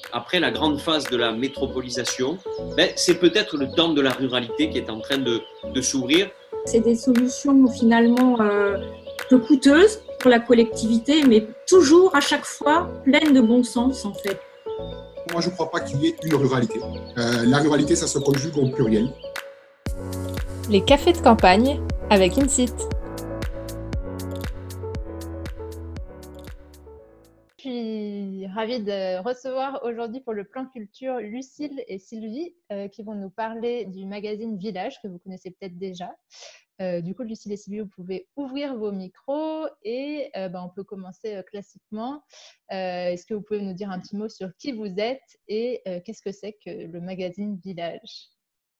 après la grande phase de la métropolisation, c'est peut-être le temps de la ruralité qui est en train de s'ouvrir. C'est des solutions finalement peu coûteuses pour la collectivité, mais toujours à chaque fois pleines de bon sens en fait. Moi, je ne crois pas qu'il y ait une ruralité. La ruralité, ça se conjugue au pluriel. Les cafés de campagne avec Insit. Je suis ravie de recevoir aujourd'hui pour le plan culture Lucille et Sylvie qui vont nous parler du magazine Village que vous connaissez peut-être déjà. Du coup, Lucille et Sylvie, vous pouvez ouvrir vos micros et on peut commencer classiquement. Est-ce que vous pouvez nous dire un petit mot sur qui vous êtes et qu'est-ce que c'est que le magazine Village ?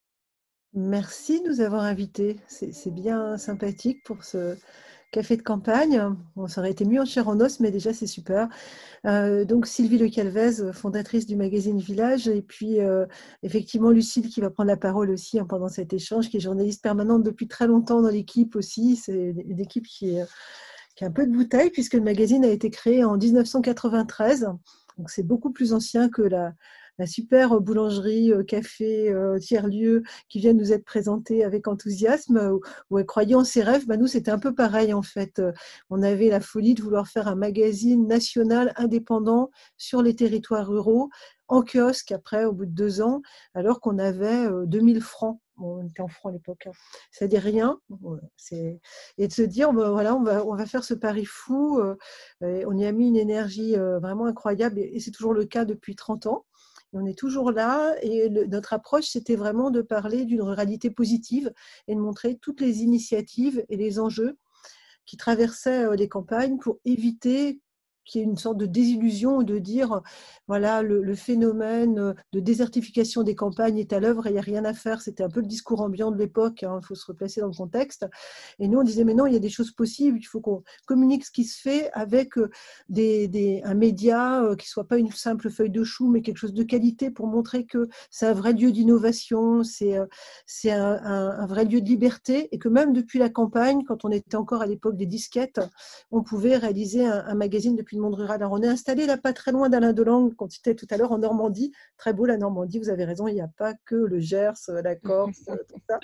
Merci de nous avoir invités. C'est bien sympathique pour ce café de campagne. Bon, ça aurait été mieux en chair en os, mais déjà, c'est super. Donc, Sylvie Le Calvez, fondatrice du magazine Village, et puis effectivement, Lucille qui va prendre la parole aussi pendant cet échange, qui est journaliste permanente depuis très longtemps dans l'équipe aussi. C'est une équipe qui a un peu de bouteille, puisque le magazine a été créé en 1993. Donc, c'est beaucoup plus ancien que la super boulangerie, café, tiers-lieu qui vient nous être présentée avec enthousiasme, où elle croyait en ses rêves. Nous, c'était un peu pareil en fait. On avait la folie de vouloir faire un magazine national indépendant sur les territoires ruraux, en kiosque après, au bout de 2 ans, alors qu'on avait 2000 francs. Bon, on était en francs à l'époque. C'est-à-dire rien. Et de se dire, voilà, on va faire ce pari fou. On y a mis une énergie vraiment incroyable et c'est toujours le cas depuis 30 ans. Et on est toujours là et notre approche, c'était vraiment de parler d'une ruralité positive et de montrer toutes les initiatives et les enjeux qui traversaient les campagnes pour éviter qu'il y ait une sorte de désillusion ou de dire, voilà, le phénomène de désertification des campagnes est à l'œuvre et il n'y a rien à faire. C'était un peu le discours ambiant de l'époque, il faut se replacer dans le contexte. Et nous, on disait, mais non, il y a des choses possibles, il faut qu'on communique ce qui se fait avec un média qui ne soit pas une simple feuille de chou, mais quelque chose de qualité pour montrer que c'est un vrai lieu d'innovation, c'est un vrai lieu de liberté et que même depuis la campagne, quand on était encore à l'époque des disquettes, on pouvait réaliser un magazine depuis le monde rural. Alors, on est installé là, pas très loin d'Alain Delonge, qu'on citait tout à l'heure, en Normandie. Très beau, la Normandie, vous avez raison, il n'y a pas que le Gers, la Corse, tout ça.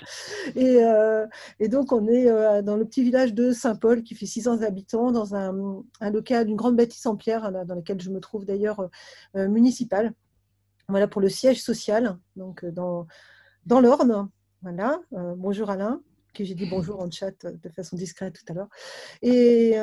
Et donc, on est dans le petit village de Saint-Paul, qui fait 600 habitants, dans un local, une grande bâtisse en pierre, là, dans laquelle je me trouve d'ailleurs municipale. Voilà, pour le siège social, donc dans l'Orne. Voilà, bonjour Alain, que j'ai dit bonjour en chat de façon discrète tout à l'heure. Et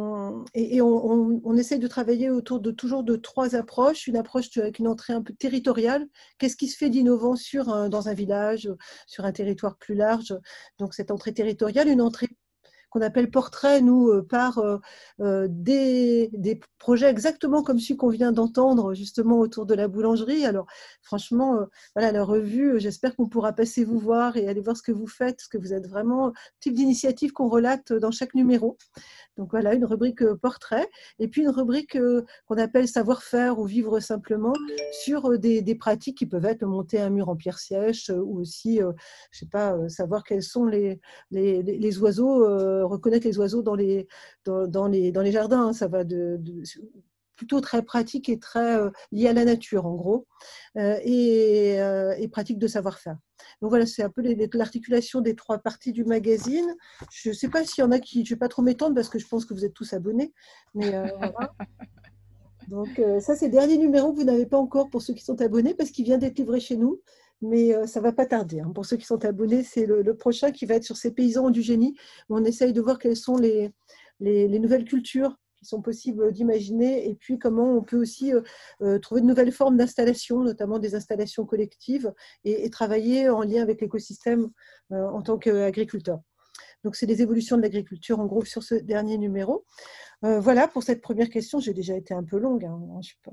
on essaye de travailler autour de toujours de 3 approches. Une approche avec une entrée un peu territoriale. Qu'est-ce qui se fait d'innovant dans un village, sur un territoire plus large? Donc cette entrée territoriale, une entrée qu'on appelle portrait, nous, par des projets exactement comme celui qu'on vient d'entendre, justement, autour de la boulangerie. Alors, franchement, voilà, la revue, j'espère qu'on pourra passer vous voir et aller voir ce que vous faites, parce que vous êtes vraiment le type d'initiative qu'on relate dans chaque numéro. Donc voilà, une rubrique portrait, et puis une rubrique qu'on appelle savoir-faire ou vivre simplement, sur des pratiques qui peuvent être monter un mur en pierre sèche, ou aussi, je sais pas, savoir quels sont les oiseaux, reconnaître les oiseaux dans les jardins. Ça va plutôt très pratique et très lié à la nature en gros, et pratique de savoir-faire. Donc voilà, c'est un peu l'articulation des 3 parties du magazine. Je ne sais pas s'il y en a qui, je ne vais pas trop m'étendre parce que je pense que vous êtes tous abonnés, mais voilà. Donc ça, c'est le dernier numéro que vous n'avez pas encore pour ceux qui sont abonnés, parce qu'il vient d'être livré chez nous, mais ça ne va pas tarder. Pour ceux qui sont abonnés, c'est le prochain qui va être sur ces paysans du génie, où on essaye de voir quelles sont les nouvelles cultures qui sont possibles d'imaginer, et puis comment on peut aussi trouver de nouvelles formes d'installation, notamment des installations collectives, et travailler en lien avec l'écosystème en tant qu'agriculteur. Donc, c'est les évolutions de l'agriculture, en gros, sur ce dernier numéro. Voilà, pour cette première question, j'ai déjà été un peu longue. Je suis pas...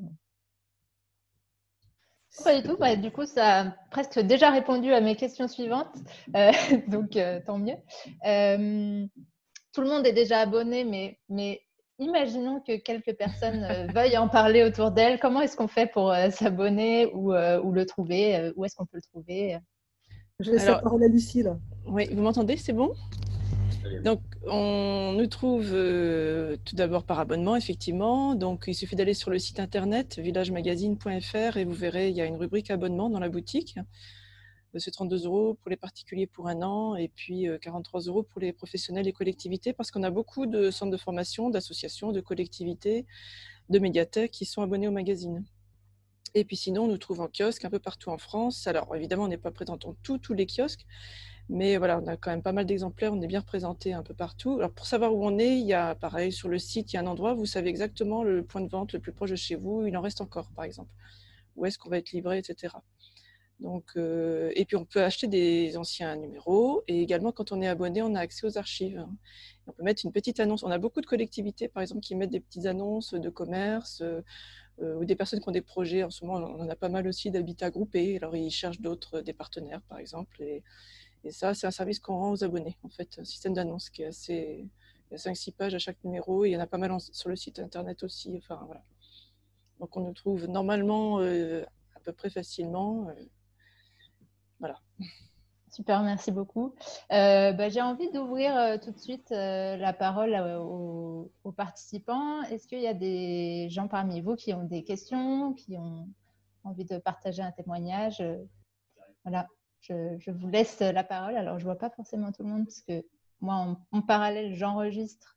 Pas du tout. Du coup, ça a presque déjà répondu à mes questions suivantes. Donc, tant mieux. Tout le monde est déjà abonné, mais imaginons que quelques personnes veuillent en parler autour d'elles. Comment est-ce qu'on fait pour s'abonner ou le trouver? Où est-ce qu'on peut le trouver? Je laisse la parole à Lucille. Oui, vous m'entendez? C'est bon? Donc, on nous trouve tout d'abord par abonnement, effectivement. Donc, il suffit d'aller sur le site internet villagemagazine.fr et vous verrez, il y a une rubrique abonnement dans la boutique. C'est 32 € pour les particuliers pour 1 an et puis 43 € pour les professionnels et collectivités parce qu'on a beaucoup de centres de formation, d'associations, de collectivités, de médiathèques qui sont abonnés au magazine. Et puis sinon, on nous trouve en kiosque un peu partout en France. Alors évidemment, on n'est pas présent dans tous les kiosques, mais voilà, on a quand même pas mal d'exemplaires, on est bien représenté un peu partout. Alors pour savoir où on est, il y a pareil, sur le site, il y a un endroit où vous savez exactement le point de vente le plus proche de chez vous, il en reste encore par exemple. Où est-ce qu'on va être livré, etc. Donc, et puis on peut acheter des anciens numéros et également quand on est abonné, on a accès aux archives. On peut mettre une petite annonce. On a beaucoup de collectivités par exemple qui mettent des petites annonces de commerce ou des personnes qui ont des projets. En ce moment, on en a pas mal aussi d'habitat groupé. Alors ils cherchent des partenaires par exemple. Et ça, c'est un service qu'on rend aux abonnés en fait, un système d'annonce qui est assez. Il y a 5-6 pages à chaque numéro et il y en a pas mal sur le site internet aussi. Enfin, voilà. Donc on nous trouve normalement à peu près facilement. Voilà. Super, merci beaucoup. J'ai envie d'ouvrir tout de suite la parole aux participants. Est-ce qu'il y a des gens parmi vous qui ont des questions, qui ont envie de partager un témoignage? Voilà, je vous laisse la parole. Alors, je ne vois pas forcément tout le monde parce que moi, en parallèle, j'enregistre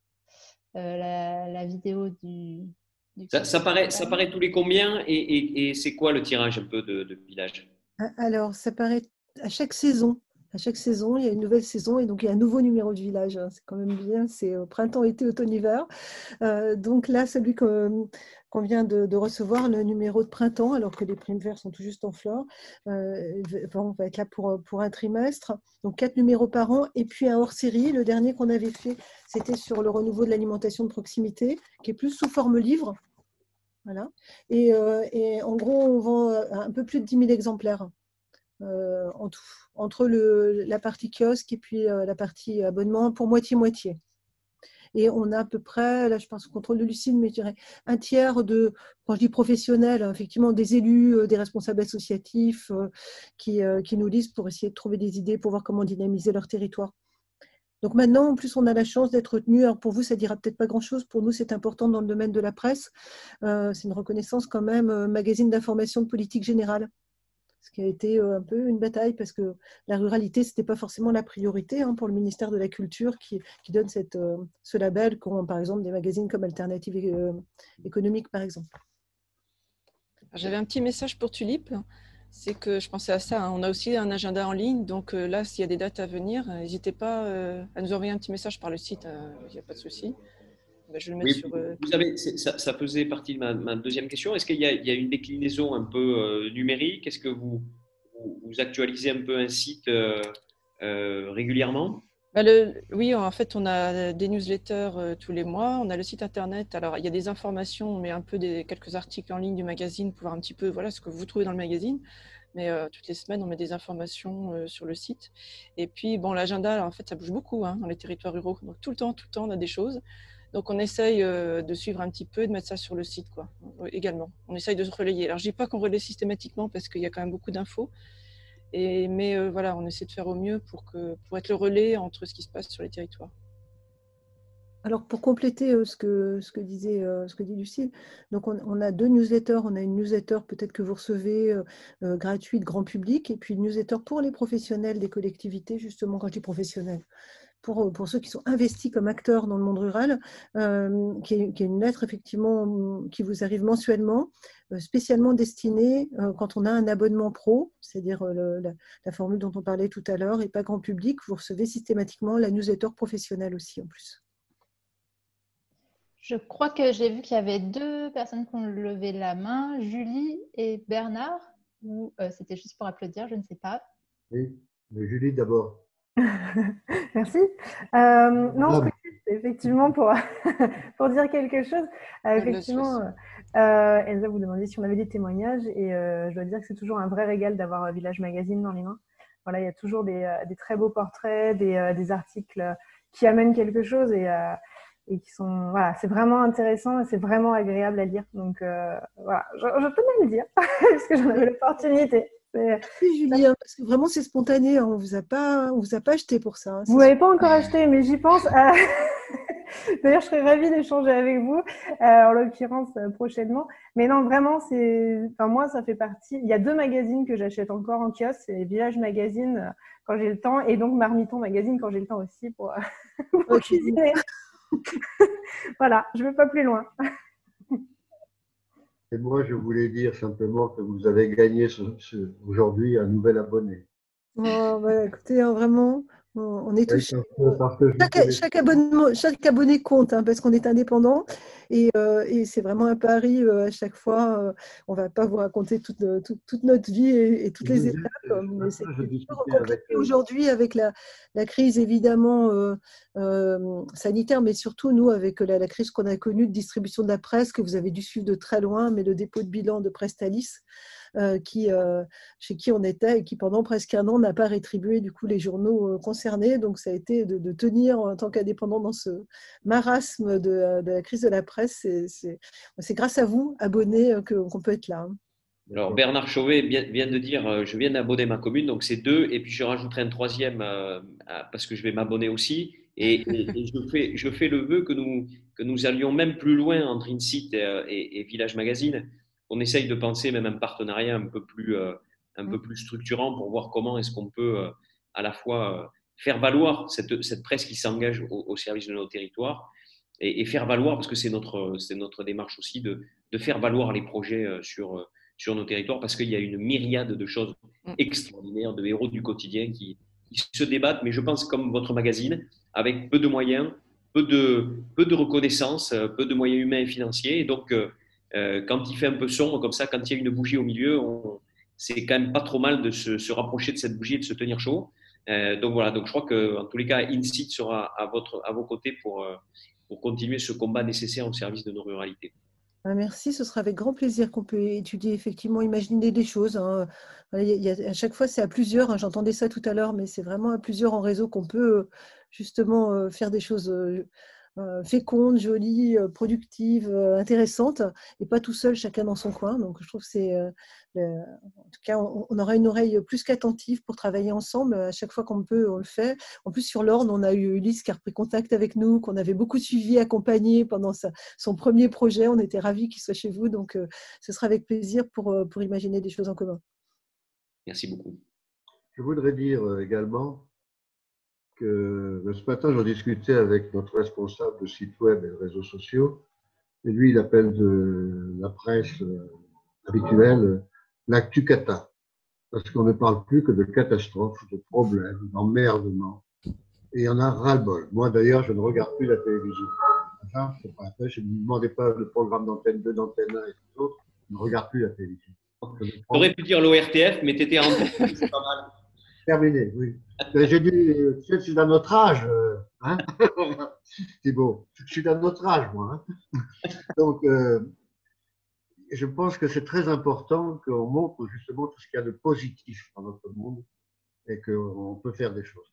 la vidéo du Ça paraît tous les combien et c'est quoi le tirage un peu de Village? Alors, ça paraît à chaque saison. À chaque saison, il y a une nouvelle saison et donc il y a un nouveau numéro de Village. C'est quand même bien, c'est printemps, été, automne, hiver. Donc là, celui qu'on vient de recevoir, le numéro de printemps, alors que les primevères sont tout juste en fleurs, on va être là pour un trimestre. Donc 4 numéros par an et puis un hors-série. Le dernier qu'on avait fait, c'était sur le renouveau de l'alimentation de proximité, qui est plus sous forme livre. Voilà. Et en gros, on vend un peu plus de 10 000 exemplaires en tout, entre la partie kiosque et puis la partie abonnement pour moitié-moitié. Et on a à peu près, là je pense au contrôle de Lucille, mais je dirais un tiers de, quand je dis professionnels, effectivement des élus, des responsables associatifs qui nous lisent pour essayer de trouver des idées pour voir comment dynamiser leur territoire. Donc maintenant, en plus, on a la chance d'être retenu. Alors pour vous, ça ne dira peut-être pas grand-chose. Pour nous, c'est important dans le domaine de la presse. C'est une reconnaissance quand même, magazine d'information de politique générale. Ce qui a été un peu une bataille parce que la ruralité, ce n'était pas forcément la priorité pour le ministère de la Culture qui donne ce label qu'ont par exemple des magazines comme Alternative économique, par exemple. J'avais un petit message pour Tulipe. C'est que je pensais à ça. On a aussi un agenda en ligne. Donc là, s'il y a des dates à venir, n'hésitez pas à nous envoyer un petit message par le site. Il n'y a pas de souci. Je le mets sur. Ça faisait partie de ma deuxième question. Est-ce qu'il y a une déclinaison un peu numérique? Est-ce que vous actualisez un peu un site régulièrement? Oui, en fait, on a des newsletters tous les mois. On a le site internet. Alors, il y a des informations, mais un peu quelques articles en ligne du magazine pour voir un petit peu ce que vous trouvez dans le magazine. Mais toutes les semaines, on met des informations sur le site. Et puis, l'agenda, en fait, ça bouge beaucoup dans les territoires ruraux. Donc, tout le temps, on a des choses. Donc, on essaye de suivre un petit peu et de mettre ça sur le site, également. On essaye de se relayer. Alors, je ne dis pas qu'on relaie systématiquement parce qu'il y a quand même beaucoup d'infos. Mais on essaie de faire au mieux pour être le relais entre ce qui se passe sur les territoires. Alors, pour compléter ce que dit Lucille, donc on a 2 newsletters. On a une newsletter peut-être que vous recevez gratuite, grand public, et puis une newsletter pour les professionnels des collectivités, justement, quand je dis professionnels, pour ceux qui sont investis comme acteurs dans le monde rural, qui est une lettre effectivement qui vous arrive mensuellement, spécialement destinée quand on a un abonnement pro, c'est-à-dire la formule dont on parlait tout à l'heure, et pas grand public, vous recevez systématiquement la newsletter professionnelle aussi en plus. Je crois que j'ai vu qu'il y avait 2 personnes qui ont levé la main, Julie et Bernard, ou c'était juste pour applaudir, je ne sais pas. Oui, mais Julie d'abord. Merci. Non, effectivement, pour dire quelque chose, effectivement, Elsa vous demandait si on avait des témoignages et je dois dire que c'est toujours un vrai régal d'avoir Village Magazine dans les mains. Voilà, il y a toujours des très beaux portraits, des articles qui amènent quelque chose et qui sont, voilà, c'est vraiment intéressant et c'est vraiment agréable à lire. Donc voilà, je tenais à le dire parce que j'en avais l'opportunité. Oui, Julie, hein, parce que vraiment c'est spontané, hein, on vous a pas acheté pour ça. Hein, vous m'avez pas encore acheté, mais j'y pense. D'ailleurs, je serais ravie d'échanger avec vous, en l'occurrence prochainement. Mais non, vraiment, enfin, moi, ça fait partie. Il y a 2 magazines que j'achète encore en kiosque, c'est Village Magazine quand j'ai le temps, et donc Marmiton Magazine quand j'ai le temps aussi pour cuisiner. Voilà, je ne vais pas plus loin. Et moi, je voulais dire simplement que vous avez gagné aujourd'hui un nouvel abonné. Oh, bah, écoutez, hein, vraiment, on est touchés. Parce que Chaque abonné compte, hein, parce qu'on est indépendant et c'est vraiment un pari à chaque fois. On ne va pas vous raconter toute notre vie et toutes les étapes. Mais c'est compliqué aujourd'hui avec la crise évidemment sanitaire, mais surtout nous avec la crise qu'on a connue de distribution de la presse, que vous avez dû suivre de très loin, mais le dépôt de bilan de Prestalis. Chez qui on était et qui pendant presque un an n'a pas rétribué du coup les journaux concernés. Donc ça a été de tenir en tant qu'indépendant dans ce marasme de la crise de la presse. C'est grâce à vous, abonnés, qu'on peut être là. Alors Bernard Chauvet vient de dire je viens d'abonner ma commune, donc c'est 2, et puis je rajouterai un 3e parce que je vais m'abonner aussi. Et je fais le vœu que nous allions même plus loin entre Incite et Village Magazine. On essaye de penser même un partenariat un peu plus structurant pour voir comment est-ce qu'on peut à la fois faire valoir cette presse qui s'engage au service de nos territoires et faire valoir, parce que c'est notre démarche aussi, de faire valoir les projets sur nos territoires, parce qu'il y a une myriade de choses extraordinaires, de héros du quotidien qui se débattent, mais je pense comme votre magazine, avec peu de moyens, peu de reconnaissance, peu de moyens humains et financiers. Et donc, quand il fait un peu sombre comme ça, quand il y a une bougie au milieu, c'est quand même pas trop mal de se rapprocher de cette bougie et de se tenir chaud. Donc voilà, donc je crois qu'en tous les cas, Incite sera à vos côtés pour continuer ce combat nécessaire au service de nos ruralités. Merci, ce sera avec grand plaisir qu'on peut étudier, effectivement, imaginer des choses. Hein. À chaque fois, c'est à plusieurs. Hein, j'entendais ça tout à l'heure, mais c'est vraiment à plusieurs en réseau qu'on peut justement faire des choses fécondes, jolies, productives, intéressantes, et pas tout seul, chacun dans son coin. Donc, je trouve que en tout cas, on aura une oreille plus qu'attentive pour travailler ensemble. À chaque fois qu'on peut, on le fait. En plus, sur l'Orne, on a eu Ulysse qui a repris contact avec nous, qu'on avait beaucoup suivi, accompagné pendant son premier projet. On était ravis qu'il soit chez vous. Donc, ce sera avec plaisir pour imaginer des choses en commun. Merci beaucoup. Je voudrais dire également que ce matin, j'en discutais avec notre responsable de site web et de réseaux sociaux. Et lui, il appelle de la presse habituelle l'actu cata. Parce qu'on ne parle plus que de catastrophes, de problèmes, d'emmerdements. Et il y en a ras-le-bol. Moi, d'ailleurs, je ne regarde plus la télévision. Enfin, c'est pas après, je ne me demandais pas le programme d'Antenne 2, d'Antenne 1 et tout autres. Je ne regarde plus la télévision. Tu aurais pu dire l'ORTF, mais tu étais en c'est pas mal. Terminé, oui. J'ai dit, je suis d'un autre âge, hein. Thibaut, je suis d'un autre âge, moi. Hein. Donc, je pense que c'est très important qu'on montre justement tout ce qu'il y a de positif dans notre monde et qu'on peut faire des choses.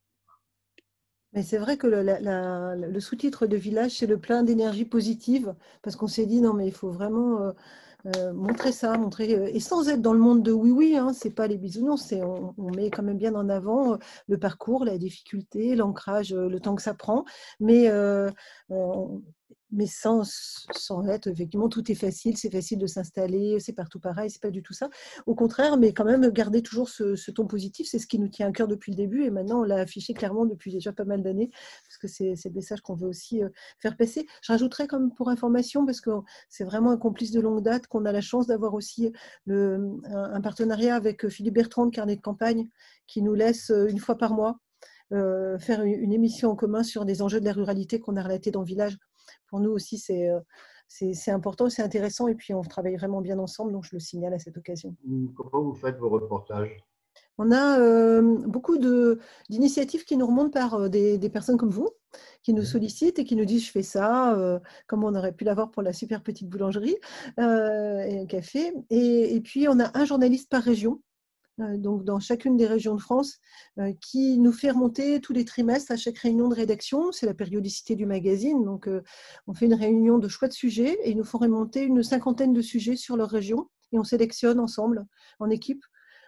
Mais c'est vrai que le sous-titre de Village, c'est le plein d'énergie positive, parce qu'on s'est dit, non, mais il faut vraiment montrer ça, et sans être dans le monde de oui, hein, c'est pas les bisounours, on met quand même bien en avant le parcours, la difficulté, l'ancrage, le temps que ça prend, mais sans être, effectivement, tout est facile, c'est facile de s'installer, c'est partout pareil, c'est pas du tout ça. Au contraire, mais quand même, garder toujours ce ton positif, c'est ce qui nous tient à cœur depuis le début, et maintenant, on l'a affiché clairement depuis déjà pas mal d'années, parce que c'est le message qu'on veut aussi faire passer. Je rajouterais comme pour information, parce que c'est vraiment un complice de longue date, qu'on a la chance d'avoir aussi un partenariat avec Philippe Bertrand de Carnet de Campagne, qui nous laisse une fois par mois faire une émission en commun sur des enjeux de la ruralité qu'on a relatés dans le village. Pour nous aussi, c'est important, c'est intéressant, et puis on travaille vraiment bien ensemble, donc je le signale à cette occasion. Comment vous faites vos reportages ? On a beaucoup d'initiatives qui nous remontent par des personnes comme vous, qui nous sollicitent et qui nous disent « je fais ça », comme on aurait pu l'avoir pour la super petite boulangerie et un café. Et puis, on a un journaliste par région, donc dans chacune des régions de France, qui nous fait remonter tous les trimestres à chaque réunion de rédaction. C'est la périodicité du magazine, donc on fait une réunion de choix de sujets et ils nous font remonter une 50aine de sujets sur leur région et on sélectionne ensemble, en équipe,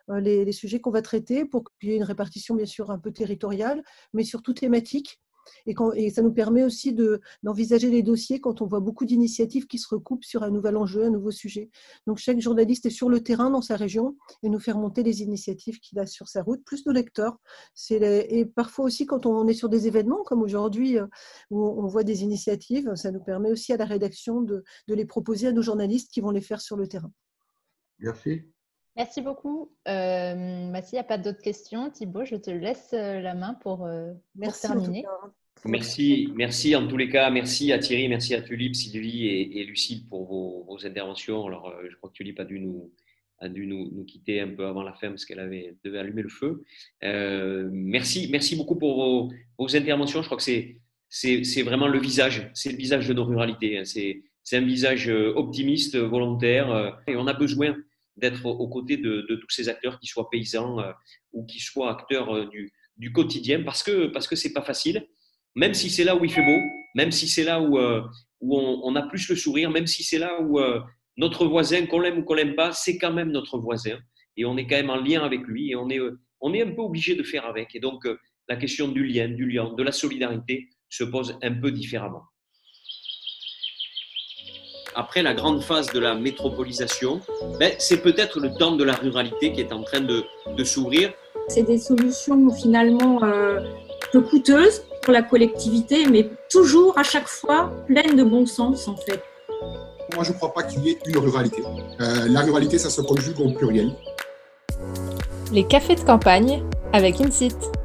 les sujets qu'on va traiter pour qu'il y ait une répartition bien sûr un peu territoriale, mais surtout thématique. Et ça nous permet aussi d'envisager les dossiers quand on voit beaucoup d'initiatives qui se recoupent sur un nouvel enjeu, un nouveau sujet. Donc chaque journaliste est sur le terrain dans sa région et nous faire monter les initiatives qu'il a sur sa route, plus nos lecteurs. Et parfois aussi quand on est sur des événements comme aujourd'hui où on voit des initiatives, ça nous permet aussi à la rédaction de les proposer à nos journalistes qui vont les faire sur le terrain. Merci. Merci beaucoup. S'il n'y a pas d'autres questions, Thibaut, je te laisse la main pour terminer. Merci en tous les cas. Merci à Thierry, merci à Tulipe, Sylvie et Lucille pour vos interventions. Alors, je crois que Tulipe a dû nous quitter un peu avant la fin parce qu'elle devait allumer le feu. Merci beaucoup pour vos interventions. Je crois que c'est vraiment le visage, c'est le visage de nos ruralités. C'est un visage optimiste, volontaire, et on a besoin d'être aux côtés de tous ces acteurs, qu'ils soient paysans ou qu'ils soient acteurs du quotidien, parce que c'est pas facile, même si c'est là où il fait beau, même si c'est là où on a plus le sourire, même si c'est là où notre voisin, qu'on l'aime ou qu'on l'aime pas, c'est quand même notre voisin, et on est quand même en lien avec lui, et on est un peu obligé de faire avec. Et donc, la question du lien, de la solidarité se pose un peu différemment. Après la grande phase de la métropolisation, c'est peut-être le temps de la ruralité qui est en train de s'ouvrir. C'est des solutions finalement peu coûteuses pour la collectivité, mais toujours à chaque fois pleines de bon sens en fait. Moi, je ne crois pas qu'il y ait une ruralité. La ruralité, ça se conjugue au pluriel. Les cafés de campagne avec INSIT.